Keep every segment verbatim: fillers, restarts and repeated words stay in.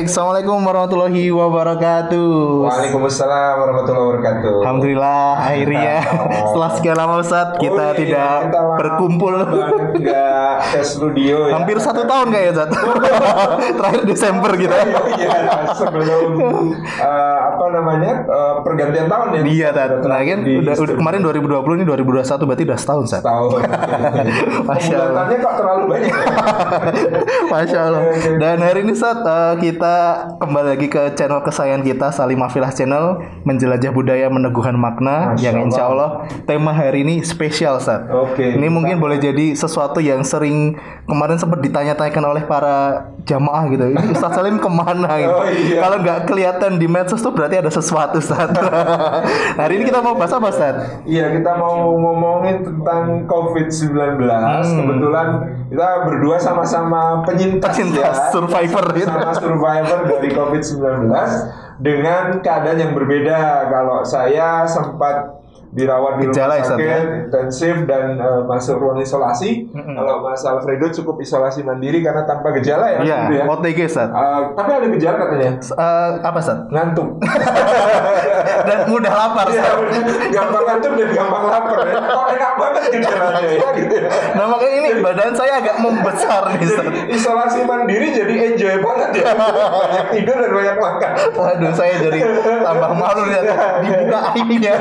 Assalamualaikum warahmatullahi wabarakatuh. Waalaikumsalam warahmatullahi wabarakatuh. Alhamdulillah akhirnya setelah sekian lama Ustaz kita oh, iya, tidak kita berkumpul. Enggak ke studio ya. Hampir satu tahun kayaknya Ustaz. Terakhir Desember gitu. Iya, sebelum uh, apa namanya uh, pergantian tahun ya. Iya Ustaz. Nah kan udah, udah kemarin dua ribu dua puluh ini dua ribu dua puluh satu berarti udah setahun Ustaz. Setahun. Masya Allah. Kok terlalu banyak. Masya Allah. Dan hari ini Ustaz uh, kita kembali lagi ke channel kesayangan kita Salimafillah Channel, menjelajah budaya meneguhkan makna. Masya yang insya Allah tema hari ini spesial Ustaz. Oke. Ini mungkin boleh jadi sesuatu yang sering kemarin sempat ditanya-tanyakan oleh para jamaah gitu. Ini Ustaz Salim kemana gitu? Oh, iya. Kalau nggak kelihatan di medsos tuh berarti ada sesuatu Ustaz. Hari ini kita mau bahas apa Ustaz? Iya, kita mau ngomongin tentang covid sembilan belas. Hmm. Kebetulan kita berdua sama-sama penyintas, penyintas ya. survivor sama survivor dari covid sembilan belas dengan keadaan yang berbeda. Kalau saya sempat dirawat di rumah sakit ya? intensif dan uh, masuk ruang isolasi. Mm-hmm. Kalau Mas Alfredo cukup isolasi mandiri karena tanpa gejala ya. Iya, ya. O T G Ustaz. Uh, tapi ada gejala katanya. Uh, apa Ustaz? Ngantuk. Dan mudah lapar. Iya, gampang ngantuk dan gampang lapar. Ya. Oh, enak banget gejalanya ya gitu. Nah, makanya ini jadi, badan saya agak membesar nih Ustaz. Isolasi mandiri jadi enjoy banget ya. Banyak tidur dan banyak makan. Waduh, saya jadi tambah malu lihat dibuka aibnya.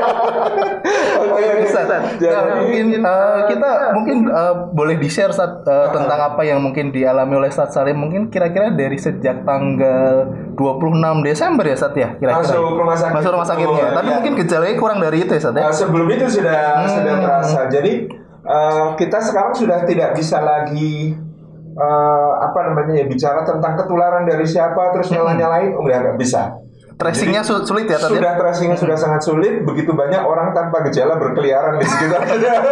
Oke, bisa. Nah, mungkin uh, kita mungkin uh, boleh di-share Ustaz, uh, tentang apa yang mungkin dialami oleh Ustaz Salim mungkin kira-kira dari sejak tanggal dua puluh enam Desember ya Ustaz ya kira-kira. Masuk rumah sakit. Masuk rumah sakitnya. Oh, tapi ya. Mungkin gejalanya kurang dari itu ya Ustaz ya. Uh, sebelum itu sudah hmm. sudah terasa. Jadi uh, kita sekarang sudah tidak bisa lagi uh, apa namanya ya bicara tentang ketularan dari siapa terus nyala-nyalain udah nggak bisa. Tracingnya su- sulit ya tadi. Sudah tracingnya hmm. sudah sangat sulit. Begitu banyak orang tanpa gejala berkeliaran di sekitar.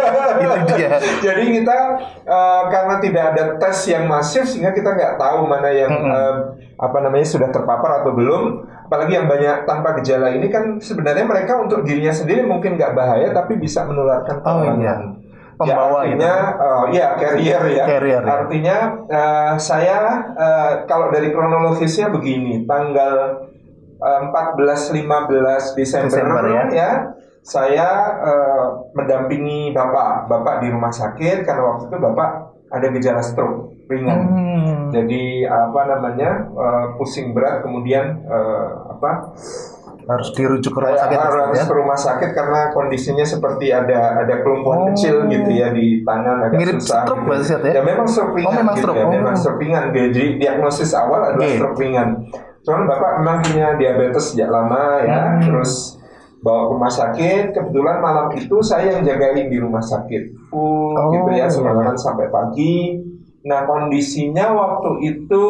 Jadi kita uh, karena tidak ada tes yang masif sehingga kita nggak tahu mana yang hmm. uh, apa namanya sudah terpapar atau belum. Apalagi yang banyak tanpa gejala ini kan sebenarnya mereka untuk dirinya sendiri mungkin nggak bahaya tapi bisa menularkan orang lain. Oh, iya. Pembawa ya, artinya uh, ya carrier ya. Carrier, ya. Artinya uh, saya uh, kalau dari kronologisnya begini tanggal empat belas lima belas Desember, Desember ya. ya saya uh, mendampingi bapak bapak di rumah sakit karena waktu itu bapak ada gejala stroke ringan. Hmm. Jadi apa namanya uh, pusing berat kemudian uh, apa harus dirujuk ke rumah sakit harus ya? ke rumah sakit karena kondisinya seperti ada ada kelumpuhan oh. kecil gitu ya di tangan agak mirip susah stroke gitu. ya? Ya memang stroke ringan oh, memang gitu stroke. ya oh. memang stroke ringan. Jadi diagnosis awal adalah okay. stroke ringan. Soalnya bapak memang punya diabetes sejak lama ya, hmm. terus bawa ke rumah sakit. Kebetulan malam itu saya yang jagain di rumah sakit full oh, gitu ya, semalaman iya. sampai pagi. Nah kondisinya waktu itu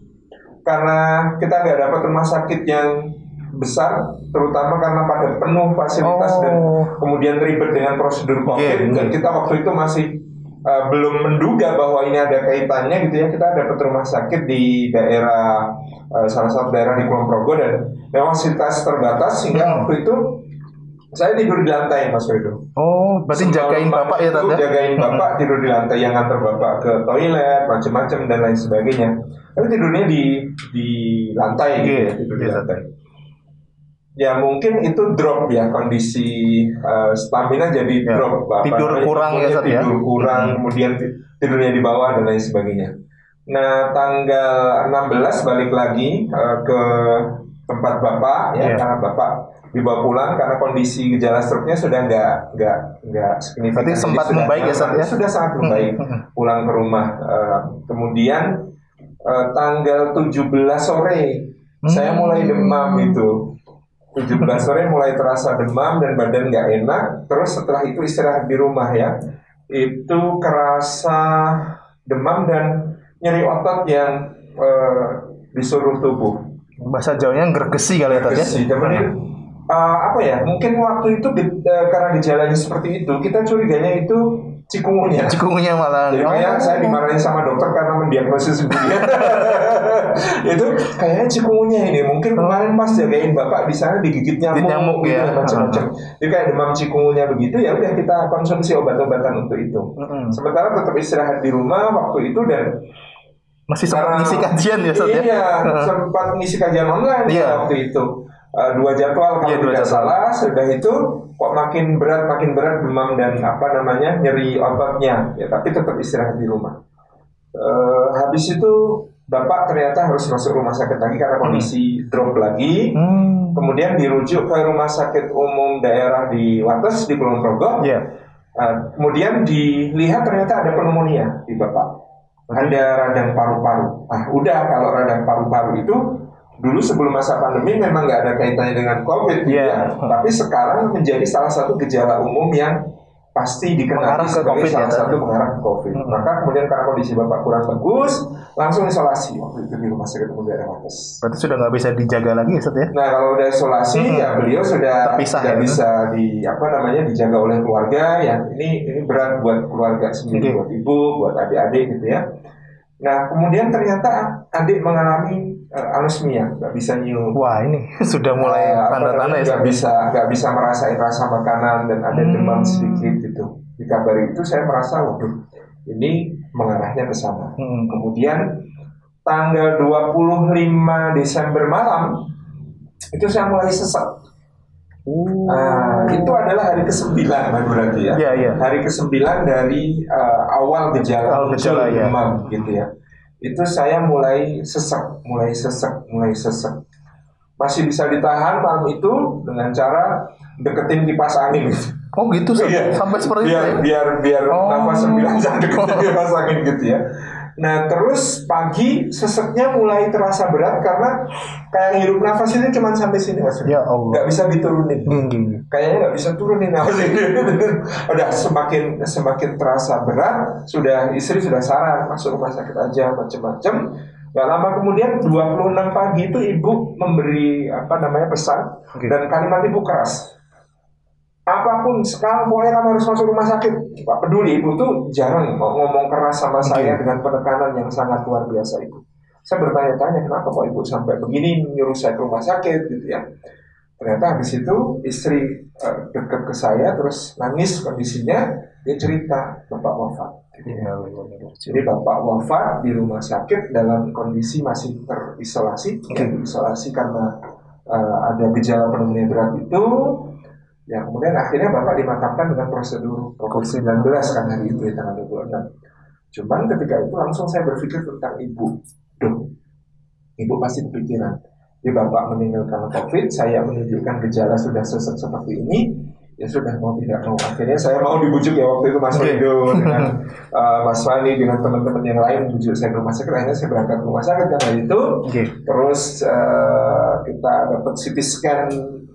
karena kita nggak dapat rumah sakit yang besar, terutama karena pada penuh fasilitas oh. dan kemudian ribet dengan prosedur COVID, yeah, dan kita waktu itu masih Uh, belum menduga bahwa ini ada kaitannya gitu ya. Kita dapat rumah sakit di daerah uh, salah satu daerah di Kulon Progo dan memang fasilitas terbatas sehingga hmm. waktu itu saya tidur di lantai Mas Fredo. Oh, berarti Semalam jagain bapak ya tante? Jagain bapak hmm. tidur di lantai yang antar bapak ke toilet macam-macam dan lain sebagainya. Tapi tidurnya di di lantai okay. gitu ya, tidur yeah. di lantai. Ya mungkin itu drop ya kondisi uh, stamina jadi ya, drop apa, tidur apa, kurang ya Sat, tidur ya? kurang hmm. kemudian tidurnya di bawah dan lain sebagainya. Nah tanggal enam belas balik lagi uh, ke tempat bapak ya, ya karena bapak dibawa pulang karena kondisi gejala stroke-nya sudah nggak nggak nggak signifikan. Berarti sempat membaik ya Sat, ya? Sudah sangat membaik pulang ke rumah. Uh, kemudian uh, tanggal tujuh belas sore hmm. saya mulai demam itu. tujuh belas sore mulai terasa demam dan badan nggak enak. Terus setelah itu istirahat di rumah ya, itu kerasa demam dan nyeri otot yang uh, di seluruh tubuh. Bahasa Jawanya gergesi kali ya tadi. Gergesi. Kemudian uh, apa ya? Mungkin waktu itu uh, karena gejalanya seperti itu, kita curiganya itu cikungunya. Cikungunya malah. Jadi kayak saya dimarahin sama dokter karena mendiagnosis sendiri. Itu kayaknya cikungunya ini. Mungkin kemarin pas jagain bapak di sana digigit nyamuk, nyamuk gitu, ya, macam-macam. Jadi kayak demam cikungunya begitu ya udah kita konsumsi obat-obatan untuk itu. Mm-hmm. Sementara tetap istirahat di rumah waktu itu dan Masih sempat ngisi kajian ya, Ustaz, ya? Iya, sempat ngisi kajian online Iya. waktu itu. Uh, dua jadwal kalau Iya, dua tidak jadwal. salah. Sudah itu kok makin berat, makin berat demam dan apa namanya nyeri ototnya. Ya, tapi tetap istirahat di rumah. Uh, habis itu Bapak ternyata harus masuk rumah sakit lagi karena kondisi drop lagi. Hmm. Kemudian dirujuk ke rumah sakit umum daerah di Wates di Kulon Progo. Iya. Uh, kemudian dilihat ternyata ada pneumonia di Bapak. Ada radang paru-paru. Ah, udah kalau radang paru-paru itu dulu sebelum masa pandemi memang nggak ada kaitannya dengan COVID, yeah. ya. Tapi sekarang menjadi salah satu gejala umum yang pasti dikenali sebagai COVID, salah ya, satu mengarah ke COVID. Hmm. Maka kemudian karena kondisi Bapak kurang bagus, langsung isolasi waktu itu di rumah sakit umum daerah Wates. Berarti sudah nggak bisa dijaga lagi, Ustaz, ya? Nah, kalau udah isolasi, hmm. ya beliau sudah terpisah, tidak ya, bisa di apa namanya dijaga oleh keluarga. Yang ini ini berat buat keluarga sendiri, okay. buat ibu, buat adik-adik gitu ya. Nah, kemudian ternyata adik mengalami uh, anosmia, nggak bisa nyium. Wah, ini sudah mulai uh, tanda-tanda ya. Nggak bisa, nggak bisa merasain rasa makanan dan ada hmm. demam sedikit gitu. Dikabari itu saya merasa, waduh, ini mengarahnya ke sana. Hmm. Kemudian tanggal dua puluh lima Desember malam itu saya mulai sesak. Uh. Nah, itu adalah hari kesembilan berarti ya. Yeah, yeah. Hari kesembilan dari uh, awal gejala muncul ya. demam gitu ya. Itu saya mulai sesak, mulai sesak, mulai sesak. Masih bisa ditahan malam itu dengan cara deketin kipas angin gitu. Oh gitu sih. Iya. Sampai seperti biar, itu. Biar biar oh. nafas sembilan jam deketin kipas angin gitu ya. Nah terus pagi seseknya mulai terasa berat karena kayak hirup nafas itu cuma sampai sini mas. Ya Allah. Gak bisa diturunin. Hmm. Kayaknya gak bisa turunin nafas ini. Udah semakin semakin terasa berat. Sudah istri sudah saran masuk rumah sakit aja macam-macam. Gak lama kemudian dua puluh enam pagi itu ibu memberi apa namanya pesan okay. Dan kalimat ibu keras. Apapun sekarang pokoknya kamu harus masuk rumah sakit. Pak peduli ibu tuh jarang ngomong keras sama saya dengan penekanan yang sangat luar biasa itu. Saya bertanya-tanya kenapa kok ibu sampai begini nyuruh saya ke rumah sakit gitu ya. Ternyata habis itu istri uh, dekat ke saya terus nangis kondisinya, dia cerita bapak wafat. Gitu ya. Jadi bapak wafat di rumah sakit dalam kondisi masih terisolasi, okay. Isolasi karena uh, ada gejala pneumonia berat itu. Ya kemudian akhirnya Bapak dimakamkan dengan prosedur covid sembilan belas kan hari itu ya tanggal dua puluh enam. Cuman ketika itu langsung saya berpikir tentang ibu. Duh, ibu pasti kepikiran. Jadi Bapak meninggal karena COVID, saya menunjukkan gejala sudah sesek seperti ini. Ya sudah mau tidak mau. Akhirnya saya mau dibujuk ya waktu itu Mas Fredo dengan uh, Mas Fani dengan teman-teman yang lain bujuk saya ke rumah sakit. Akhirnya saya berangkat ke rumah sakit karena itu. Okay. Terus uh, kita dapat C T scan.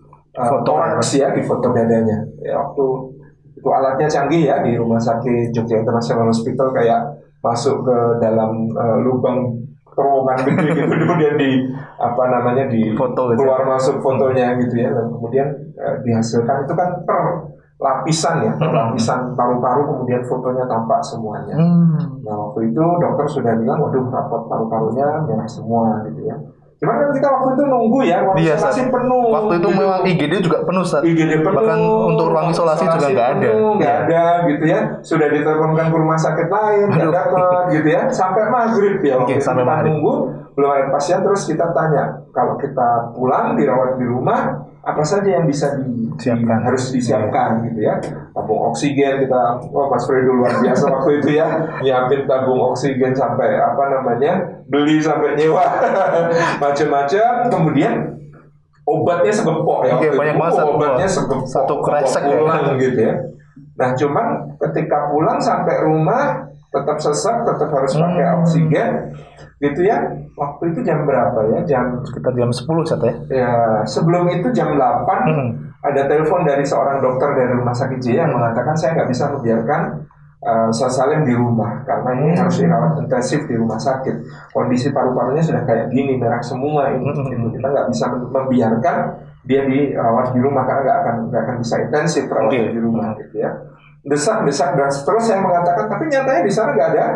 Foto toraks ya di foto dadanya. Ya, waktu itu alatnya canggih ya di rumah sakit Jogja International Hospital kayak masuk ke dalam uh, lubang terowongan gede gitu kemudian di apa namanya di foto keluar gitu. Masuk fotonya gitu ya dan kemudian uh, dihasilkan itu kan per lapisan ya per lapisan paru-paru kemudian fotonya tampak semuanya. Hmm. Nah waktu itu dokter sudah bilang waduh rapot paru-parunya merah semua gitu ya. Cuman kan kita waktu itu nunggu ya, ruang iya, isolasi Sat. penuh. Waktu itu gitu. Memang I G D juga penuh, Sat. I G D penuh. Bahkan untuk ruang isolasi, isolasi juga nggak ada. Nggak ya. ada gitu ya. Sudah diteleponkan ke rumah sakit lain, nggak dapat gitu ya. Sampai maghrib ya. Waktu okay, sampai kita maghrib. Nunggu, belum ada pasien terus kita tanya, kalau kita pulang dirawat di rumah, apa saja yang bisa di, di harus disiapkan ya. Gitu ya. Tabung oksigen kita, oh Mas Fredo luar biasa waktu itu ya, nyiapin tabung oksigen sampai apa namanya beli sampai nyewa macam-macam. Kemudian obatnya segepok ya, Oke, banyak banget oh, obatnya segepok satu kresek pulang ya. Gitu ya. Nah cuman ketika pulang sampai rumah tetap sesak, tetap harus pakai hmm. oksigen gitu ya. Waktu itu jam berapa ya? Jam sekitar jam sepuluh saat ya. Ya sebelum itu jam delapan hmm. ada telepon dari seorang dokter dari rumah sakit J yang mengatakan saya nggak bisa membiarkan uh, Ustaz Salim di rumah karena ini hmm. harus dirawat intensif di rumah sakit. Kondisi paru-parunya sudah kayak gini merah semua ini. Hmm. Gitu. Kita nggak bisa membiarkan dia dirawat di rumah karena nggak akan nggak akan bisa intensif perawatan okay. di rumah gitu ya. Desak desak dan terus saya mengatakan tapi nyatanya di sana nggak ada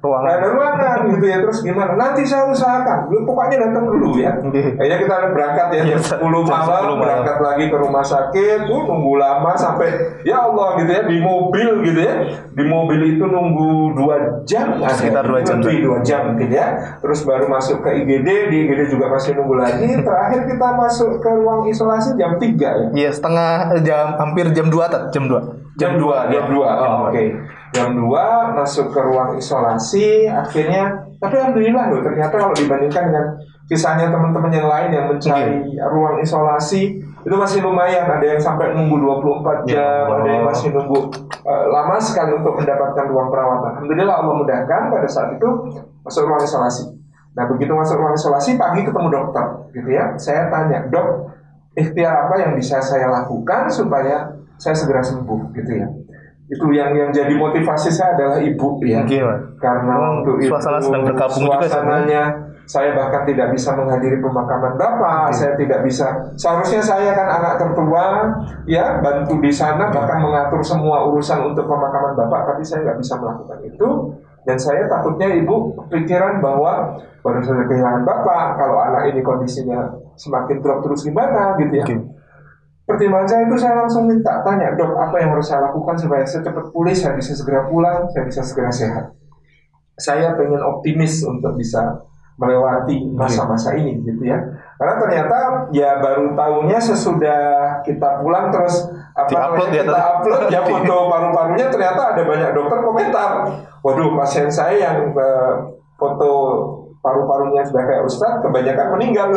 ruangan. Nggak ada ruangan gitu ya. Terus gimana? Nanti saya usahakan. Lu pokoknya datang dulu ya. Okay. Kayaknya kita berangkat ya jam sepuluh malam, berangkat lagi ke rumah sakit, tuh nunggu lama sampai ya Allah gitu ya di mobil gitu ya. Di mobil itu nunggu dua jam, sekitar dua jam, lebih dua jam gitu ya. Terus baru masuk ke I G D, di I G D juga masih nunggu lagi. Terakhir kita masuk ke ruang isolasi jam tiga ya. Iya, setengah jam, hampir jam dua tat, jam dua. Jam dua, jam dua. Oh, oke. Okay. Jam dua masuk ke ruang isolasi, akhirnya tapi alhamdulillah loh, ternyata kalau dibandingkan dengan kisahnya teman-teman yang lain yang mencari yeah. ruang isolasi itu masih lumayan, ada yang sampai nunggu dua puluh empat jam, yeah. ada yang masih nunggu uh, lama sekali untuk mendapatkan ruang perawatan. Alhamdulillah Allah mudahkan pada saat itu masuk ruang isolasi. Nah, begitu masuk ruang isolasi pagi ketemu dokter gitu ya. Saya tanya, "Dok, ikhtiar apa yang bisa saya lakukan supaya saya segera sembuh?" gitu ya. Itu yang yang jadi motivasi saya adalah ibu ya. Gimana? Karena oh, waktu suasana itu sedang berkabung suasananya juga, saya bahkan tidak bisa menghadiri pemakaman bapak, okay. saya tidak bisa. Seharusnya saya kan anak tertua, ya bantu di sana bahkan mengatur semua urusan untuk pemakaman bapak, tapi saya nggak bisa melakukan itu. Dan saya takutnya ibu pikiran bahwa baru saja kehilangan bapak, kalau anak ini kondisinya semakin drop terus gimana gitu ya. Okay. Pertimbangan saya itu saya langsung minta tanya, "Dok, apa yang harus saya lakukan supaya saya cepat pulih, saya bisa segera pulang, saya bisa segera sehat." Saya pengen optimis untuk bisa melewati masa-masa ini gitu ya. Karena ternyata ya baru tahunya sesudah kita pulang terus apa namanya ya, kita upload ya foto paru-parunya, ternyata ada banyak dokter komentar, "Waduh, pasien saya yang uh, foto paru-parunya sudah kayak Ustadz, kebanyakan meninggal."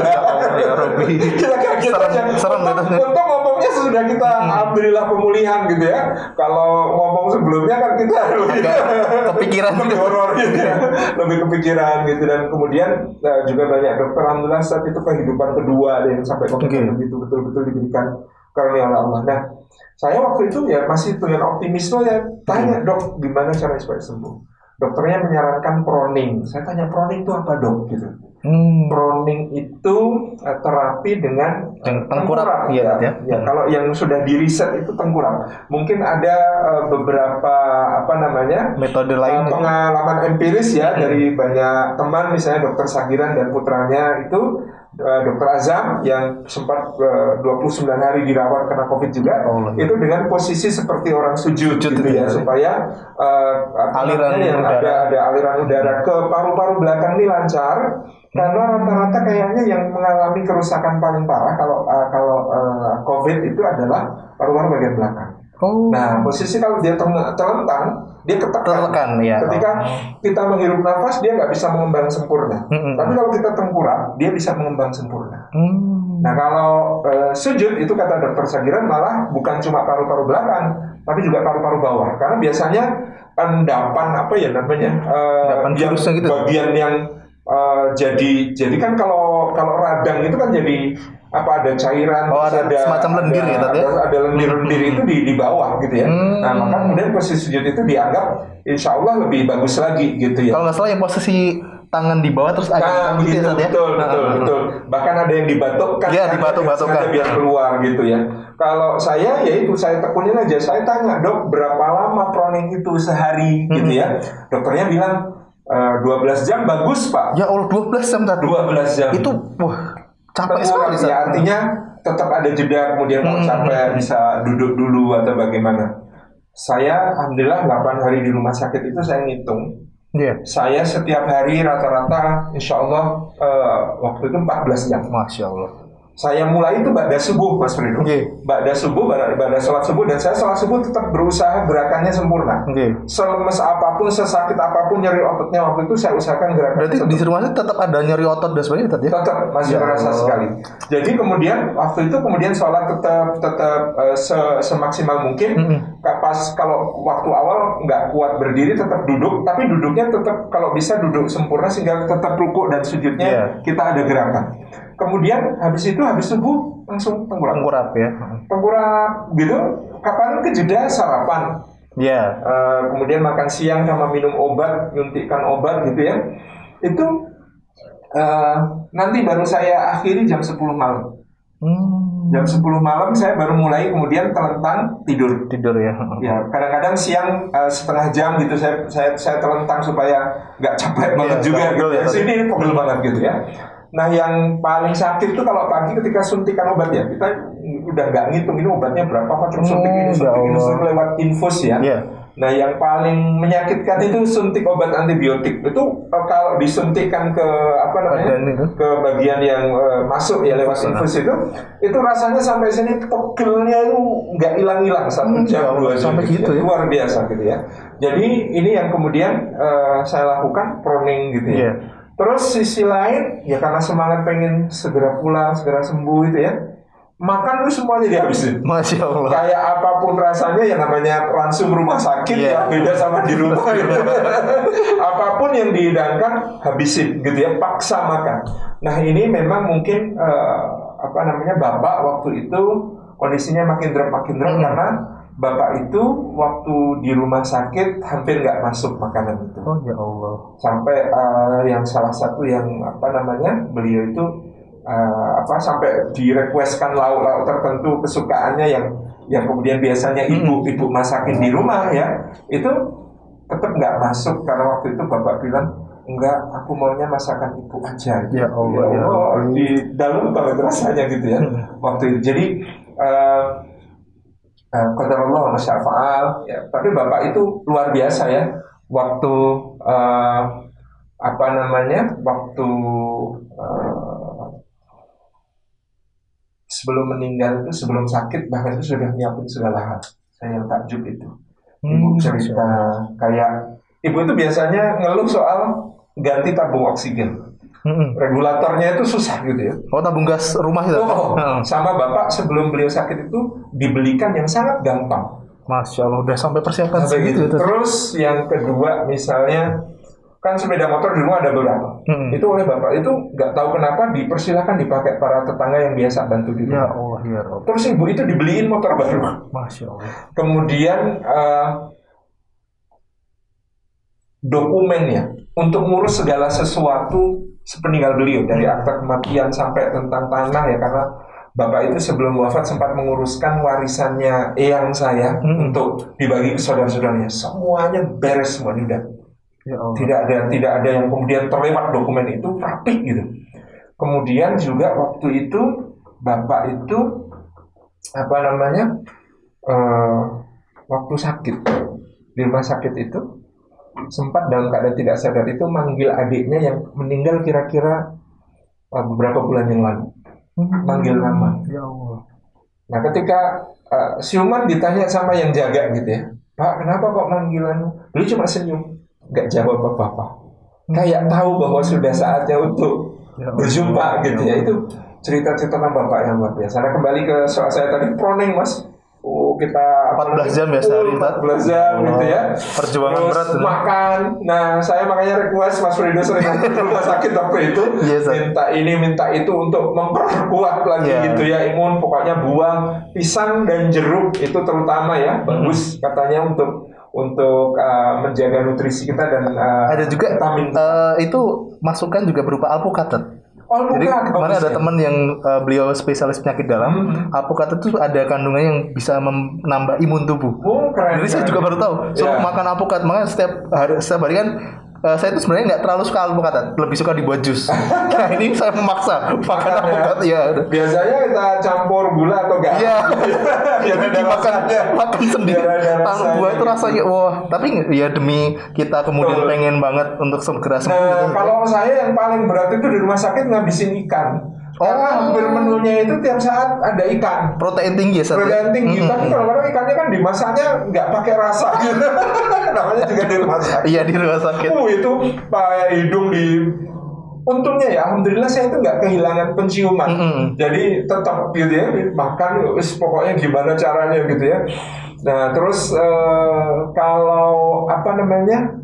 Kita kaget aja. Untuk ngomongnya sudah kita alhamdulillah pemulihan gitu ya. Kalau ngomong sebelumnya kan kita lebih kepikiran, lebih horor gitu ya, lebih kepikiran gitu. Dan kemudian uh, juga banyak dokter alhamdulillah saat itu kehidupan kedua ada yang sampai komentar begitu, betul-betul diberikan karunia oleh Allah. Nah, saya waktu itu ya masih dengan optimisme ya tanya, "Dok, gimana cara supaya sembuh?" Dokternya menyarankan proning. Saya tanya, "Proning itu apa, Dok?" gitu. Hmm. Proning itu uh, terapi dengan uh, tengkurap. Ya, ya. Ya, hmm. Kalau yang sudah diriset itu tengkurap. Mungkin ada uh, beberapa apa namanya metode lain, uh, pengalaman empiris ya hmm. dari banyak teman, misalnya Dokter Sagiran dan putranya itu. Uh, Dokter Azam yang sempat uh, dua puluh sembilan hari dirawat karena COVID juga, oh, itu dengan posisi seperti orang sujud, sujud gitu ya, ya, supaya uh, aliran yang ada ada aliran udara ke paru-paru belakang ini lancar, hmm. karena rata-rata kayaknya yang mengalami kerusakan paling parah kalau uh, kalau uh, COVID itu adalah paru-paru bagian belakang. Oh. Nah, posisi kalau dia terlentang, dia ketekan. Tertekan, ya. Ketika oh. kita menghirup nafas, dia nggak bisa mengembang sempurna. Mm-hmm. Tapi kalau kita tengkurap, dia bisa mengembang sempurna. Mm. Nah, kalau uh, sujud itu kata Dokter Sagiran malah bukan cuma paru-paru belakang, tapi juga paru-paru bawah. Karena biasanya endapan apa ya namanya, uh, yang gitu. Bagian yang uh, jadi jadi kan kalau kalau radang itu kan jadi apa ada cairan, oh, ada, ada semacam lendir ada, ya tadi. Ada, ada lendir-lendir hmm. itu di di bawah gitu ya. Hmm. Nah, maka kemudian posisi sujud itu dianggap insya Allah lebih bagus lagi gitu ya. Kalau nggak salah yang posisi tangan di bawah terus agak nah, gitu ya, betul, ya? betul, nah, betul. Bahkan ada yang dibatukkan, ya, dibatuk-batukkan biar keluar gitu ya. Kalau saya ya itu saya tekunin aja, saya tanya, "Dok, berapa lama proning itu sehari?" Hmm. gitu ya. Dokternya bilang e, dua belas jam bagus, Pak. Ya Allah, dua belas jam tadi. dua belas jam. Itu wah, capek sekali. Ya, artinya tetap ada jeda, kemudian kalau hmm. capek bisa duduk dulu atau bagaimana. Saya alhamdulillah delapan hari di rumah sakit itu saya ngitung. Yeah. Saya setiap hari rata-rata insya Allah uh, waktu itu empat belas jam. Masya Allah. Saya mulai itu ba'da subuh, Mas Frido. Okay. Ba'da subuh, ba'da, ba'da sholat subuh, dan saya sholat subuh tetap berusaha gerakannya sempurna. Okay. Selemes apapun, sesakit apapun nyeri ototnya waktu itu saya usahakan gerakan. Berarti di rumah sakit tetap ada nyeri otot dan sebagainya tetap ya? Tetap masih terasa ya sekali. Jadi kemudian waktu itu kemudian sholat tetap tetap uh, se semaksimal mungkin. Mm-hmm. Pas kalau waktu awal nggak kuat berdiri tetap duduk, tapi duduknya tetap kalau bisa duduk sempurna sehingga tetap rukuk dan sujudnya yeah. kita ada gerakan. Kemudian habis itu habis subuh langsung tengkurap. Tengkurap ya. Tengkurap gitu. Kapan ke jeda sarapan. Ya. Yeah. Uh, kemudian makan siang sama minum obat, nyuntikkan obat gitu ya. Itu uh, nanti baru saya akhiri jam sepuluh malam. Hmm. Jam sepuluh malam saya baru mulai kemudian telentang tidur. Tidur ya. Ya, kadang-kadang siang uh, setengah jam gitu saya saya saya telentang supaya nggak capek banget ya, juga gitu. Ya, Sini pegel banget gitu ya. Nah, yang paling sakit itu kalau pagi ketika suntikan obat ya. Kita udah nggak ngitung ini obatnya berapa macam suntik ini, suntik ini, suntik lewat infus ya. Yeah. Nah, yang paling menyakitkan itu suntik obat antibiotik. Itu uh, kalau disuntikkan ke apa namanya? Ke bagian yang uh, masuk ya lewat infus itu, itu rasanya sampai sini pegelnya itu nggak hilang-hilang satu hmm, jam dua jam sampai gitu ya. Luar biasa gitu ya. Jadi ini yang kemudian uh, saya lakukan proning gitu ya. Yeah. Terus sisi lain ya karena semangat pengen segera pulang, segera sembuh itu ya. Makan itu semuanya dihabisin. Masya Allah. Kayak apapun rasanya yang namanya langsung rumah sakit yeah. ya beda sama di rumah. Gitu. Apapun yang dihidangkan habisin gitu ya, paksa makan. Nah ini memang mungkin uh, apa namanya bapak waktu itu kondisinya makin drop makin drop hmm. karena bapak itu waktu di rumah sakit hampir nggak masuk makanan itu. Oh ya Allah. Sampai uh, yang salah satu yang apa namanya beliau itu uh, apa sampai direquestkan lauk-lauk tertentu kesukaannya yang yang kemudian biasanya ibu hmm. ibu masakin di rumah ya itu tetap nggak masuk karena waktu itu bapak bilang enggak, aku maunya masakan ibu aja. Ya Allah. Ya Allah ya. Di dalam banget rasanya gitu ya hmm. waktu itu. Jadi uh, qadarullah wa masya fa'al ya, tapi bapak itu luar biasa ya waktu uh, apa namanya waktu uh, sebelum meninggal itu sebelum sakit bahkan itu sudah nyiapin segala hal. Saya yang takjub itu ibu hmm, cerita kayak ibu itu biasanya ngeluh soal ganti tabung oksigen. Hmm. Regulatornya itu susah gitu ya. Oh, tabung gas rumah itu? Oh, hmm. Sama bapak sebelum beliau sakit itu dibelikan yang sangat gampang. Masya Allah, udah sampai persiapan segitu. Gitu. Terus yang kedua misalnya kan sepeda motor di rumah ada beberapa. Hmm. Itu oleh bapak itu nggak tahu kenapa dipersilakan dipakai para tetangga yang biasa bantu di rumah. Ya Allah, ya Allah. Terus ibu itu dibeliin motor baru. Masya Allah. Kemudian uh, dokumennya untuk ngurus segala sesuatu sepeninggal beliau dari akta kematian sampai tentang tanah ya karena bapak itu sebelum wafat sempat menguruskan warisannya eyang saya hmm. untuk dibagi ke saudara-saudaranya semuanya beres semua udah ya tidak ada tidak ada yang kemudian terlewat dokumen itu rapi gitu. Kemudian juga waktu itu bapak itu apa namanya uh, waktu sakit di rumah sakit itu sempat dalam keadaan tidak sadar itu manggil adiknya yang meninggal kira-kira uh, beberapa bulan yang lalu, hmm. manggil nama. Ya Allah. Nah ketika uh, siuman ditanya sama yang jaga gitu ya, Pak kenapa kok manggilan? Beliau cuma senyum, nggak jawab apa-apa. Hmm. Kayak tahu bahwa sudah saatnya untuk ya berjumpa gitu ya. Itu cerita-cerita tentang bapak yang luar biasa. Nah kembali ke soal saya tadi proning mas. Oh, kita empat belas jam ya sehari, empat belas jam oh, gitu ya. Perjuangan terus berat makan. Nah, saya makanya request Mas Frido sering ke rumah sakit waktu itu. Yes, minta ini, minta itu untuk memperkuat lagi yeah. gitu ya imun. Pokoknya buang pisang dan jeruk itu terutama ya. Bagus hmm. katanya untuk untuk uh, menjaga nutrisi kita dan uh, ada juga vitamin. Uh, itu masukan juga berupa alpukat. Oh, jadi kemarin ada teman yang uh, beliau spesialis penyakit dalam, hmm. alpukat itu ada kandungan yang bisa menambah imun tubuh. Oh, keren. Jadi saya juga baru tahu. So yeah. makan alpukat, makanya setiap hari setiap hari kan uh, saya itu sebenarnya nggak terlalu suka alpukat, lebih suka dibuat jus. Nah ini saya memaksa makan alpukat ya. Biasanya kita campur gula atau garam. Iya. Biar ada rasanya. Makan sendiri. Tanpa buah itu rasanya wah. Tapi ya demi kita kemudian Betul. pengen banget untuk segera sembuh. Nah, kalau saya yang paling berat itu di rumah sakit ngabisin ikan. Oh. Karena hampir menunya itu tiap saat ada ikan. Protein tinggi ya. Protein tinggi. Mm-hmm. Tapi kalau-kalau ikannya kan dimasaknya nggak pakai rasa gitu. Namanya juga di rumah sakit. Iya di rumah sakit. Uh itu pakai hidung di. Untungnya ya, alhamdulillah saya itu nggak kehilangan penciuman. Mm-hmm. Jadi tetap gitu ya makan. Pokoknya gimana caranya gitu ya. Nah terus uh, kalau apa namanya?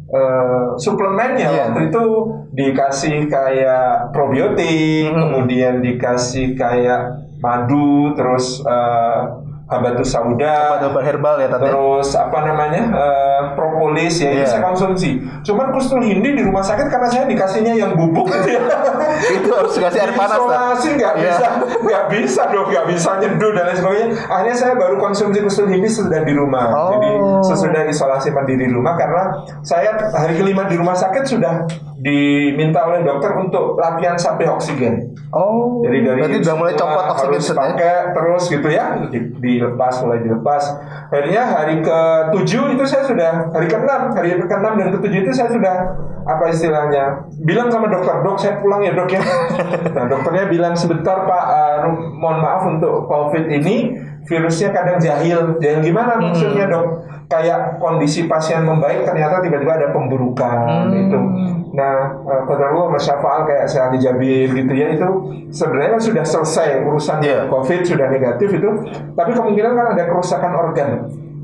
Uh, suplemennya yeah. waktu itu dikasih kayak probiotik, mm-hmm. kemudian dikasih kayak madu, terus uh, habatus sauda, obat herbal ya tadi. Terus apa namanya uh, propolis ya yeah. Itu saya konsumsi. Cuman kustul hindi di rumah sakit karena saya dikasihnya yang bubuk gitu ya. Itu harus dikasih air panas. Isolasi nggak yeah. bisa, nggak bisa dong, nggak bisa nyeduh dan lain sebagainya. Akhirnya saya baru konsumsi kustul hindi sudah di rumah. Oh. Jadi sesudah isolasi mandiri di rumah karena saya hari kelima di rumah sakit sudah diminta oleh dokter untuk latihan sampai oksigen. Oh. Jadi dari berarti udah mulai copot oksigen pakai terus gitu ya. Di, dilepas mulai dilepas. Akhirnya hari ketujuh itu saya sudah hari keenam, hari keenam dan ketujuh itu saya sudah apa istilahnya bilang sama dokter, dok saya pulang ya dok ya. Nah dokternya bilang sebentar pak, uh, mohon maaf untuk COVID ini virusnya kadang jahil. Jahil gimana maksudnya dok? Kayak kondisi pasien membaik ternyata tiba-tiba ada pemburukan hmm. itu. Nah, qadarullah masyafa'al kayak saya di Jabir gitu ya, itu sebenarnya kan sudah selesai urusan yeah. COVID sudah negatif itu, tapi kemungkinan kan ada kerusakan organ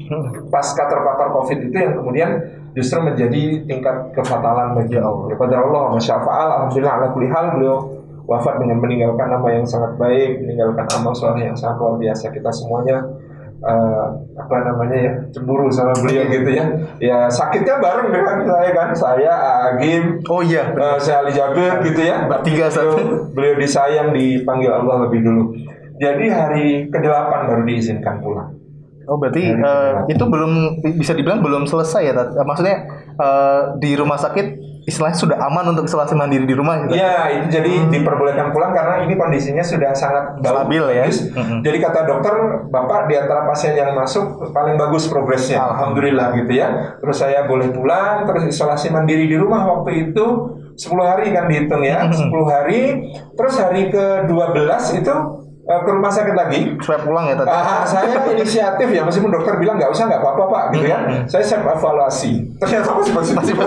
pasca terpapar COVID itu yang kemudian justru menjadi tingkat kefatalan bagi Allah. Qadarullah masyafa'al, alhamdulillah ala kulli hal beliau wafat dengan meninggalkan nama yang sangat baik, meninggalkan amal soleh yang sangat luar biasa. Kita semuanya Uh, apa namanya ya cemburu sama beliau gitu ya. Ya sakitnya bareng dengan saya kan, saya Agim, oh iya, uh, saya Ali Jabir gitu ya. Bertiga satu. Beliau disayang dipanggil Allah lebih dulu. Jadi hari kedelapan baru diizinkan pulang. Oh berarti uh, itu belum bisa dibilang belum selesai ya, Tat? Maksudnya uh, di rumah sakit istilahnya sudah aman untuk isolasi mandiri di rumah gitu? Iya, itu jadi hmm. diperbolehkan pulang karena ini kondisinya sudah sangat stabil ya. Hmm. Jadi kata dokter, Bapak di antara pasien yang masuk paling bagus progresnya, alhamdulillah gitu ya. Terus saya boleh pulang, terus isolasi mandiri di rumah waktu itu sepuluh hari kan dihitung ya, hmm. sepuluh hari. Terus hari ke dua belas itu Uh, ke rumah sakit lagi. Supaya pulang ya tadi. Uh, saya inisiatif ya, meskipun dokter bilang nggak usah, nggak apa-apa pak, gitu ya. Mm-hmm. Saya self evaluasi. Ternyata masih positif.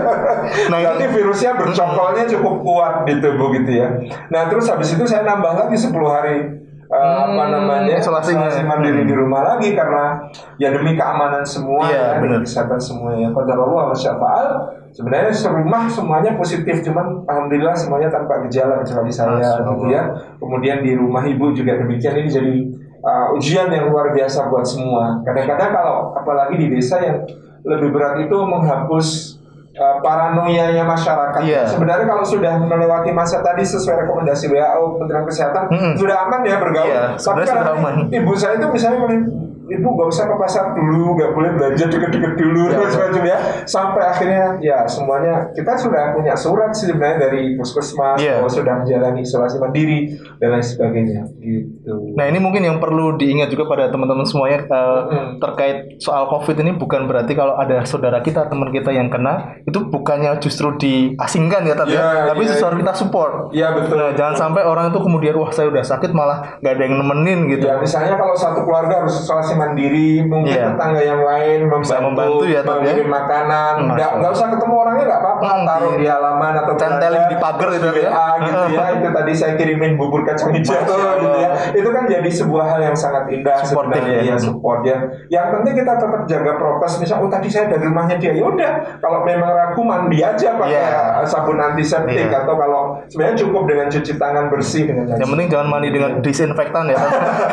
Nah ini virusnya bercongkolnya cukup kuat di tubuh gitu ya. Nah terus habis itu saya nambah lagi sepuluh hari uh, hmm, apa namanya isolasi mandiri hmm. di rumah lagi karena ya demi keamanan semua yeah, ya, demi kesehatan semuanya. Qadarullah masyafa'al. Sebenarnya serumah semuanya positif, cuman alhamdulillah semuanya tanpa gejala kecuali saya gitu ya. Kemudian di rumah ibu juga demikian. Ini jadi uh, ujian yang luar biasa buat semua. Kadang-kadang kalau apalagi di desa yang lebih berat itu menghapus uh, paranoianya masyarakat. Yeah. Sebenarnya kalau sudah melewati masa tadi sesuai rekomendasi W H O Kementerian Kesehatan mm-hmm. sudah aman ya bergaul. Yeah, tapi kalau ibu saya itu misalnya ibu gak usah ke pasar dulu, gak boleh belanja deket-deket dulu, ya, macam-macam ya. Sampai akhirnya ya semuanya kita sudah punya surat sebenarnya dari puskesmas yeah. bahwa sudah menjalani isolasi mandiri dan lain sebagainya. Gitu. Nah ini mungkin yang perlu diingat juga pada teman-teman semuanya uh, hmm. terkait soal COVID ini bukan berarti kalau ada saudara kita, teman kita yang kena itu bukannya justru diasingkan ya tapi yeah, tapi yeah, sesuatu kita support. Iya yeah, betul. Nah, jangan sampai orang itu kemudian wah saya udah sakit malah gak ada yang nemenin gitu. Ya misalnya kalau satu keluarga harus isolasi mandiri, mungkin yeah. tetangga yang lain membantu, membantu ya, mengirim ya? makanan, nggak nggak usah ketemu orangnya nggak apa-apa, hmm, taruh di halaman atau tempelin di pagar gitu ya, gitu ya. Itu tadi saya kirimin bubur kacang hijau gitu ya. Itu kan jadi sebuah hal yang sangat indah Supporting, sebenarnya ya, support ya. Yang penting kita tetap jaga prokes. Misal, oh tadi saya dari rumahnya dia, ya udah. Kalau memang ragu mandi aja pakai yeah. sabun antiseptik yeah. atau kalau sebenarnya cukup dengan cuci tangan bersih dengan. Yang penting jangan mandi dengan disinfektan ya.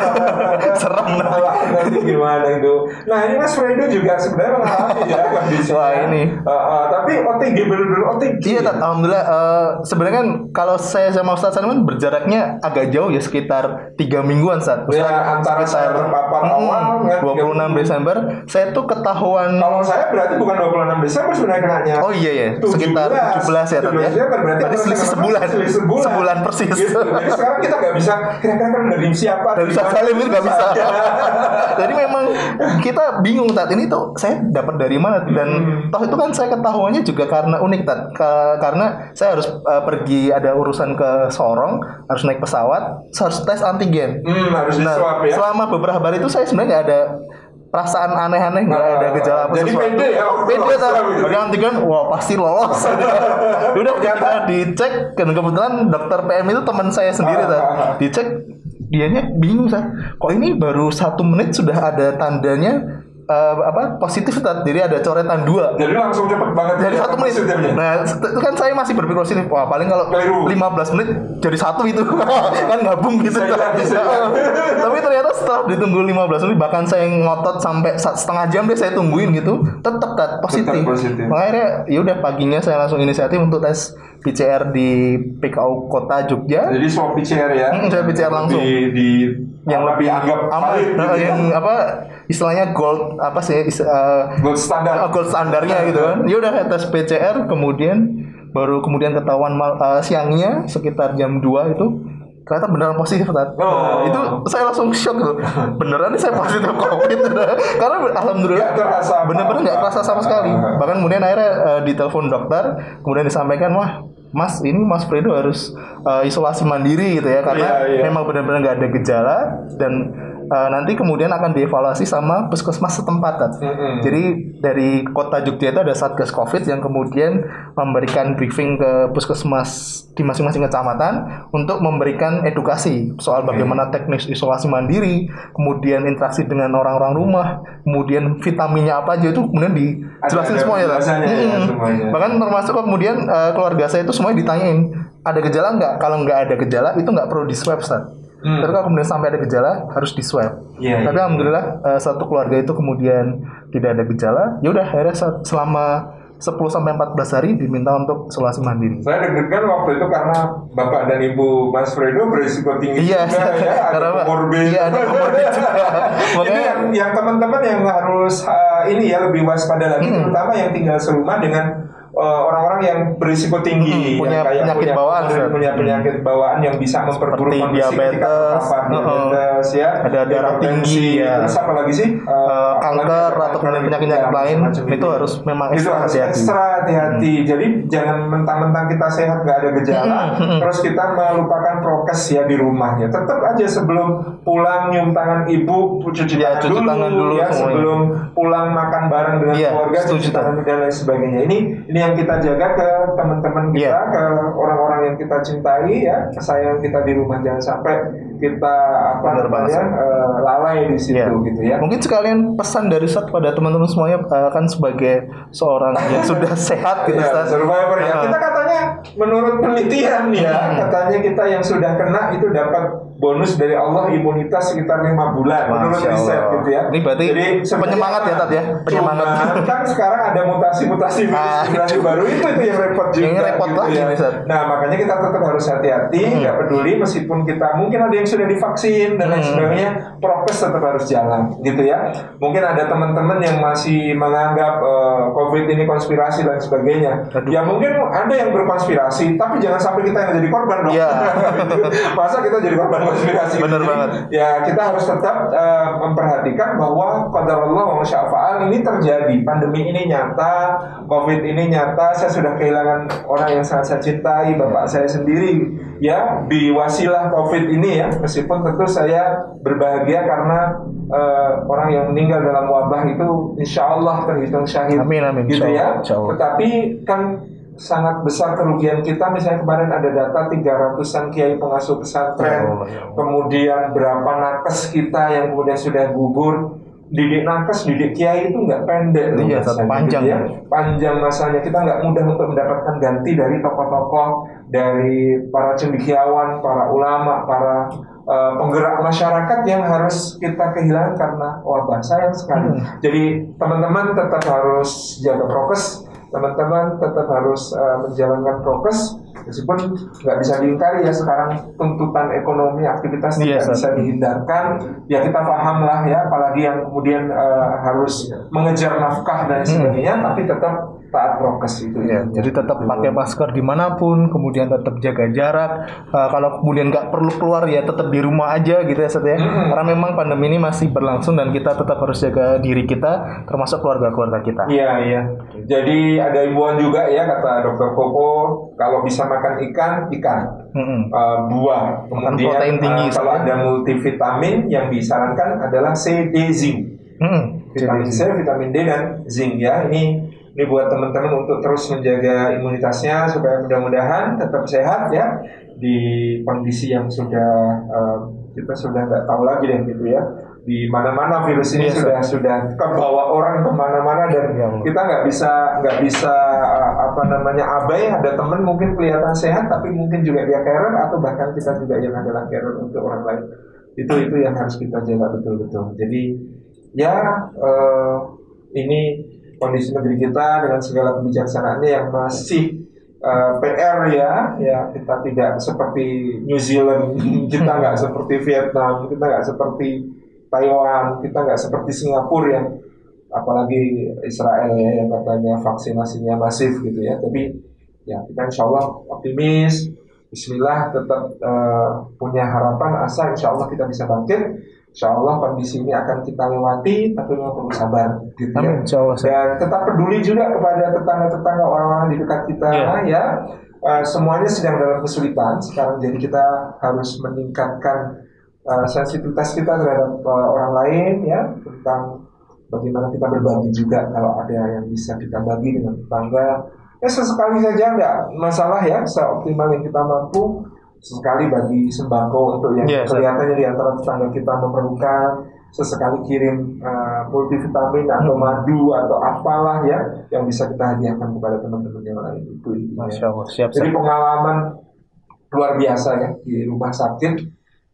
Serem nanti gimana itu. Nah ini Mas Fredo juga sebenarnya mengalami ya kondisi. Wah ini. Uh, uh, tapi O T G benar-benar O T G. Iya, alhamdulillah. Uh, sebenarnya kan kalau saya sama Ustaz Salman berjaraknya agak jauh ya sekitar tiga mingguan saat. Ya antara saya terpapar hmm, awal dua puluh enam Desember, saya tuh ketahuan. Kalau saya berarti bukan dua puluh enam Desember sebenarnya kenanya. Oh iya ya, sekitar tujuh belas ya tadi ya. Berarti selisih sebulan. sebulan. Sebulan persis. Gitu. Jadi sekarang kita nggak bisa kira-kira kan dari siapa? Dari Ustaz Salman nggak bisa. Jadi memang kita bingung saat ini tuh saya dapat dari mana dan hmm. toh itu kan saya ketahuannya juga karena unik tat Ke, karena saya harus uh, pergi ada urusan ke Sorong, harus naik pesawat, saya harus tes antigen. Hmm, harus nah, swab ya. Selama beberapa hari itu saya sebenarnya nggak ada perasaan aneh-aneh, nggak nah, ada gejala apa jadi pede ya, pede dari antigen, wah pasti lolos. Udah kita dicek, dan kebetulan dokter P M itu teman saya sendiri tat dicek. Dianya bingung sah, kok ini baru satu menit sudah ada tandanya uh, apa positif Tat. Jadi ada coretan dua. Jadi langsung cepet banget. Jadi satu menit. Nah itu kan saya masih berpikir positif. Wah paling kalau lima belas menit jadi satu itu kan gabung gitu. Bisa, bisa. Tapi ternyata setelah ditunggu lima belas menit bahkan saya ngotot sampai setengah jam deh saya tungguin gitu. Tetap Tat positif. Tetap positif. Makanya ya udah paginya saya langsung inisiatif untuk tes P C R di P K U Kota Jogja. Jadi swab P C R ya? Hmm, swab P C R langsung. Di, di yang lebih anggap aman, gitu nah, ya? Yang apa istilahnya gold apa sih? Uh, gold standar. Uh, gold standarnya gitu kan. Ya udah tes P C R kemudian baru kemudian ketahuan mal, uh, siangnya sekitar jam dua itu ternyata beneran positif Tat. Oh. Nah, itu saya langsung shock loh. Beneran nih saya positif COVID. Karena alhamdulillah bener-bener nggak terasa sama sekali. Bahkan kemudian akhirnya uh, ditelepon dokter, kemudian disampaikan wah Mas ini Mas Fredo harus uh, isolasi mandiri gitu ya karena yeah, yeah. memang benar-benar nggak ada gejala dan uh, nanti kemudian akan dievaluasi sama puskesmas setempat. Mm-hmm. Jadi dari kota Jogja itu ada Satgas Covid yang kemudian memberikan briefing ke puskesmas di masing-masing kecamatan untuk memberikan edukasi soal bagaimana teknis isolasi mandiri, kemudian interaksi dengan orang-orang rumah, kemudian vitaminnya apa aja itu kemudian dijelasin semuanya. Hmm. Ya, semuanya. Bahkan termasuk kemudian uh, keluarga saya itu semuanya ditanyain ada gejala nggak? Kalau nggak ada gejala itu nggak perlu di swab Sat. Hmm. Tapi kalau kemudian sampai ada gejala harus di swab. Yeah, Tapi yeah. alhamdulillah uh, satu keluarga itu kemudian tidak ada gejala. Ya udah akhirnya selama sepuluh sampai empat belas hari diminta untuk isolasi mandiri. Saya deg-degan waktu itu karena Bapak dan Ibu Mas Fredo berisiko tinggi iya, juga ya, ada komorbid. Iya, ada komorbid juga. Itu yang, yang teman-teman yang harus uh, ini ya lebih waspada lagi, hmm. terutama yang tinggal serumah dengan uh, orang-orang yang berisiko tinggi, hmm, punya yang kayak penyakit punya, bawaan, punya penyakit bawaan yang bisa memperburuk kondisi ketika terpapar diabetes, uh, ya, ada darah tinggi, ya. Terus apa lagi sih? Uh, uh, kanker atau penyakit-penyakit lain itu harus memang itu ekstra hati-hati. Ekstra hati-hati. Hmm. Jadi jangan mentang-mentang kita sehat nggak ada gejala, hmm. terus kita melupakan prokes ya di rumah ya. Tetap aja sebelum pulang nyium tangan ibu, cuci ya, tangan, cuci dulu, tangan dulu ya semuanya. Sebelum pulang makan bareng dengan ya, keluarga, cuci tangan dan lain sebagainya. Ini ini yang kita jaga ke teman-teman kita, yeah. ke orang-orang yang kita cintai ya, kesayang kita di rumah, jangan sampai kita apa namanya uh, lalai di situ yeah. gitu ya. Mungkin sekalian pesan dari Ustaz pada teman-teman semuanya uh, kan sebagai seorang yang sudah sehat gitu Ustaz. Ya, survivor ya. Kita katanya menurut penelitian ya, hmm. katanya kita yang sudah kena itu dapat bonus dari Allah imunitas sekitar lima bulan menurut riset gitu ya. Ini berarti jadi penyemangat ya Tat ya. Penyemangat. Kan sekarang ada mutasi-mutasi virus ah, baru itu itu yang repot juga. Yang repot gitu lagi ya. Ustaz. Nah, makanya kita tetap harus hati-hati, nggak hmm. peduli meskipun kita mungkin ada yang sudah divaksin dan lain hmm. sebagainya, prokes tetap harus jalan gitu ya. Mungkin ada teman-teman yang masih menganggap uh, COVID ini konspirasi dan sebagainya. Aduh. Ya mungkin ada yang berkonspirasi, tapi jangan sampai kita yang jadi korban dong. Ya. Masa kita jadi korban konspirasi? Benar gitu. banget. Ya kita harus tetap uh, memperhatikan bahwa qadarullah wa masya'fa'al ini terjadi. Pandemi ini nyata, COVID ini nyata. Saya sudah kehilangan orang yang sangat saya cintai, bapak saya sendiri ya di wasilah COVID ini ya. Meskipun tentu saya berbahagia karena uh, orang yang meninggal dalam wabah itu insya Allah terhitung syahid. Amin, amin. Gitu ya. Insya Allah. Tetapi kan sangat besar kerugian kita. Misalnya kemarin ada data tiga ratusan kiai pengasuh pesantren, oh, ya. Kemudian berapa nakes kita yang kemudian sudah gugur. Didik nakes, didik kiai itu nggak pendek loh, iya, panjang gitu ya. Panjang masanya, kita nggak mudah untuk mendapatkan ganti dari tokoh-tokoh, dari para cendekiawan, para ulama, para uh, penggerak masyarakat yang harus kita kehilangan karena wabah. Sayang sekali. Hmm. Jadi teman-teman tetap harus jaga prokes, teman-teman tetap harus uh, menjalankan prokes. Meskipun nggak bisa diingkari ya sekarang tuntutan ekonomi aktivitas tidak yes, bisa dihindarkan, ya kita paham lah ya, apalagi yang kemudian uh, harus mengejar nafkah dan sebagainya, hmm. tapi tetap taat prokes itu ya. Jadi tetap pakai masker dimanapun, kemudian tetap jaga jarak. Uh, kalau kemudian nggak perlu keluar ya tetap di rumah aja gitu ya, Seth, ya. Hmm. Karena memang pandemi ini masih berlangsung dan kita tetap harus jaga diri kita, termasuk keluarga-keluarga kita. Iya iya. Jadi ada imbauan juga ya kata Dokter Koko, kalau bisa makan ikan, ikan, mm-hmm. uh, buah, kemudian protein tinggi, uh, kalau ada multivitamin yang disarankan adalah C, D, zinc, mm-hmm. vitamin C, vitamin D dan zinc ya. Ini ini buat teman-teman untuk terus menjaga imunitasnya supaya mudah-mudahan tetap sehat ya di kondisi yang sudah uh, kita sudah nggak tahu lagi deh gitu ya. di mana-mana virus ini yes, sudah sudah kebawa orang kemana-mana dan ya, kita nggak bisa nggak bisa apa namanya abai. Ada teman mungkin kelihatan sehat tapi mungkin juga dia carer atau bahkan kita juga yang adalah carer untuk orang lain. Itu itu yang harus kita jaga betul-betul. Jadi ya uh, ini kondisi negeri kita dengan segala kebijaksanaannya yang masih uh, P R ya, ya kita tidak seperti New Zealand, kita nggak seperti Vietnam, kita nggak seperti Taiwan, kita nggak seperti Singapura yang apalagi Israel ya yang katanya vaksinasinya masif gitu ya. Tapi ya kita insya Allah optimis, Bismillah tetap uh, punya harapan, asa insya Allah kita bisa bangkit. Insya Allah kondisi ini akan kita lewati, tapi memang perlu sabar gitu ya. Amin, insya Allah. Dan tetap peduli juga kepada tetangga-tetangga orang-orang di dekat kita yeah. ya. Uh, semuanya sedang dalam kesulitan sekarang, jadi kita harus meningkatkan Uh, sensitivitas kita terhadap uh, orang lain ya, tentang bagaimana kita berbagi juga kalau ada yang bisa kita bagi dengan tetangga. Ya sesekali saja enggak masalah ya, seoptimal yang kita mampu sesekali bagi sembako untuk yang yeah, kelihatannya di antara tetangga kita memerlukan, sesekali kirim uh, multivitamin atau hmm. madu atau apalah ya yang bisa kita hadiahkan kepada teman-teman yang lain. Itu intinya. Masya Allah, siap, Jadi pengalaman luar biasa ya di rumah sakit.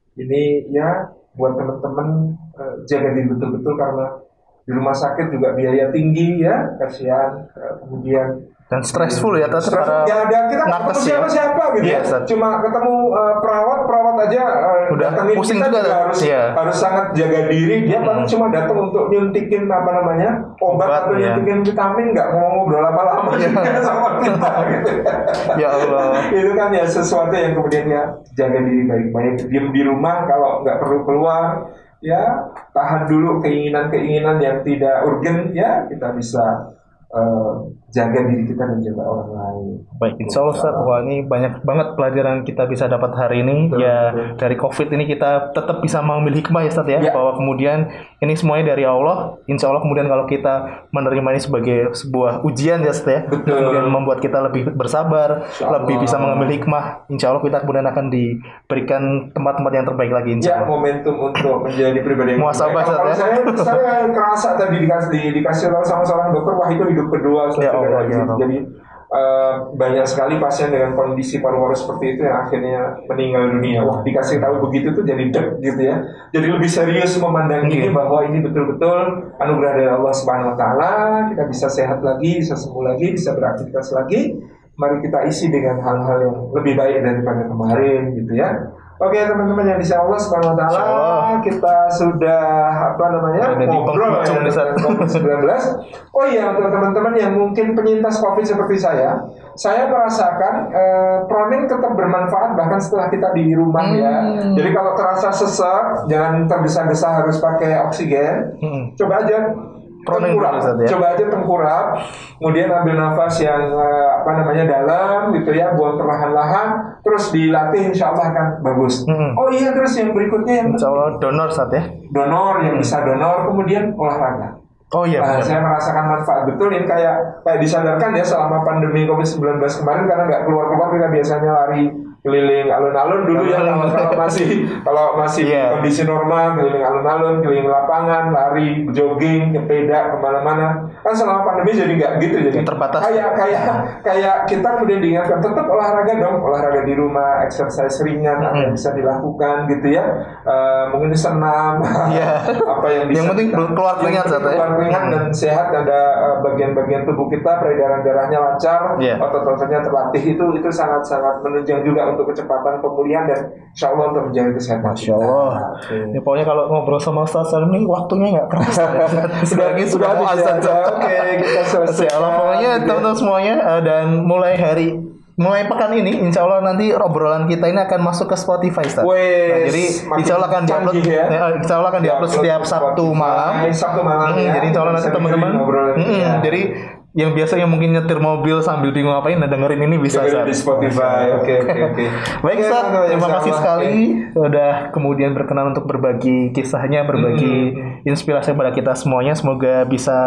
Ini ya buat teman-teman uh, jaga diri betul-betul karena di rumah sakit juga biaya tinggi ya, kasihan. Uh, kemudian dan stressful ya, terus para ya ada kita ketemu siapa siapa gitu ya, ya. Cuma ketemu uh, perawat perawat aja uh, udah pusing kita juga, juga harus iya. harus sangat jaga diri. Dia paling hmm. cuma datang untuk nyuntikin apa namanya obat, obat atau ya. nyuntikin vitamin, nggak mau ngobrol lama-lama ya. sama kita gitu. Ya Allah. Itu kan ya sesuatu yang kemudian ya jaga diri baik-baik, diam di rumah kalau nggak perlu keluar ya, tahan dulu keinginan-keinginan yang tidak urgen ya, kita bisa Uh, jaga diri kita dan jaga orang lain. Baik, insya Allah Ustaz. Wah, ini banyak banget pelajaran kita bisa dapat hari ini. Betul, ya betul. Dari COVID ini kita tetap bisa mengambil hikmah ya Ustaz ya, ya. Bahwa kemudian ini semuanya dari Allah. Insya Allah kemudian kalau kita menerima ini sebagai sebuah ujian ya Ustaz ya, betul. Kemudian membuat kita lebih bersabar, lebih bisa mengambil hikmah. Insya Allah kita kemudian akan diberikan tempat-tempat yang terbaik lagi. Insya Allah. Ya, momentum untuk menjadi pribadi yang muhasabah baik. Kalau ya. saya, saya kerasa tadi dikasih dikasih tahu sama seorang dokter, wah itu hidup kedua ya Allah, ya Allah. Jadi uh, banyak sekali pasien dengan kondisi paru-paru seperti itu yang akhirnya meninggal dunia. Wah, dikasih tahu begitu tuh jadi deg gitu ya. Jadi lebih serius memandang ini bahwa ini betul-betul anugerah dari Allah Subhanahu wa taala, kita bisa sehat lagi, bisa sembuh lagi, bisa beraktivitas lagi. Mari kita isi dengan hal-hal yang lebih baik daripada kemarin gitu ya. Oke teman-teman yang insya Allah Subhanahu wa taala, kita sudah apa namanya ngobrol ya tentang covid sembilan belas. Oh iya, untuk teman-teman yang mungkin penyintas Covid seperti saya, saya merasakan eh, Pronin tetap bermanfaat bahkan setelah kita di rumah hmm. ya. Jadi kalau terasa sesak, jangan tergesa-gesa harus pakai oksigen. Hmm. Coba aja tengkurap, ya? Coba aja tengkurap, kemudian ambil nafas yang uh, apa namanya dalam gitu ya, buang perlahan-lahan, terus dilatih, insya Allah akan bagus. Hmm. Oh iya, terus yang berikutnya yang insya Allah donor saat ya, donor yang hmm. bisa donor, kemudian olahraga. Oh iya. Nah, saya merasakan manfaat betul ini, kayak kayak disadarkan ya selama pandemi covid sembilan belas kemarin, karena nggak keluar-keluar, kita biasanya lari keliling alun-alun dulu ya, kalau, kalau masih kalau masih yeah. kondisi normal, keliling alun-alun, keliling lapangan, lari, jogging, sepeda kemana-mana. Kan selama pandemi jadi nggak gitu, jadi terbatas. Kayak kayak kayak kita kemudian diingatkan tetap olahraga dong, olahraga di rumah, exercise ringan, mm-hmm. apa yang bisa dilakukan gitu ya. Uh, mungkin senam, yeah. apa yang bisa. Yang penting keluar keringat, keluar keringat dan sehat, ada uh, bagian-bagian tubuh kita peredaran darahnya lancar, yeah. otot-ototnya terlatih, itu itu sangat-sangat menunjang juga untuk kecepatan pemulihan dan insya Allah untuk menjaga kesehatan. Masya Allah. Okay. Ya, pokoknya kalau ngobrol sama Ustaz Salim ini waktunya nggak kerasa. sudah sudah mau azan. Oke, kita selesai. Allah, pokoknya teman-teman semuanya uh, dan mulai hari mulai pekan ini, insya Allah nanti obrolan kita ini akan masuk ke Spotify, Ustaz. Nah, jadi insya Allah akan diupload, ya? insya Allah akan diupload setiap Sabtu malam. Sabtu malam. Hmm, ya. Jadi insya Allah nanti teman-teman. Hmm, ya. Jadi yang biasanya mungkin nyetir mobil sambil bingung ngapain, nah dengerin ini bisa di Spotify. Oke oke oke. Baik Ustaz, terima kasih sekali sudah kemudian berkenan untuk berbagi kisahnya, berbagi hmm. inspirasi pada kita semuanya. Semoga bisa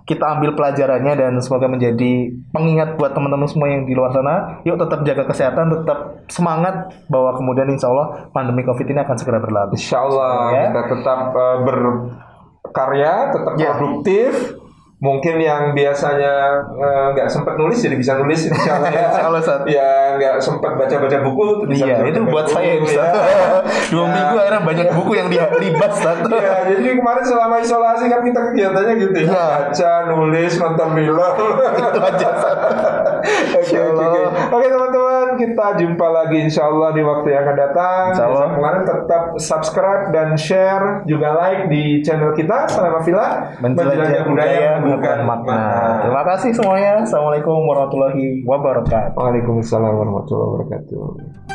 kita ambil pelajarannya dan semoga menjadi pengingat buat teman-teman semua yang di luar sana. Yuk tetap jaga kesehatan, tetap semangat bahwa kemudian insya Allah pandemi COVID ini akan segera berlalu. Insya Allah ya. Kita tetap uh, berkarya, tetap ya. produktif. Mungkin yang biasanya nggak uh, sempat nulis jadi bisa nulis insya Allah ya. Insya Allah, ya nggak sempat baca-baca buku bisa iya, itu buat buku, saya bisa. Ya. Dua ya. minggu akhirnya banyak buku yang dibahas. Ya, jadi kemarin selama isolasi kan kita kegiatannya gitu ya. ya. Baca, nulis, nonton film. Itu aja. Oke, oke, oke. Oke teman-teman, kita jumpa lagi insya Allah di waktu yang akan datang. Insya Allah. Kemarin tetap subscribe dan share juga like di channel kita Selama Villa Menjelajah Budaya Bukan makna. Terima kasih semuanya. Assalamualaikum warahmatullahi wabarakatuh. Waalaikumsalam warahmatullahi wabarakatuh.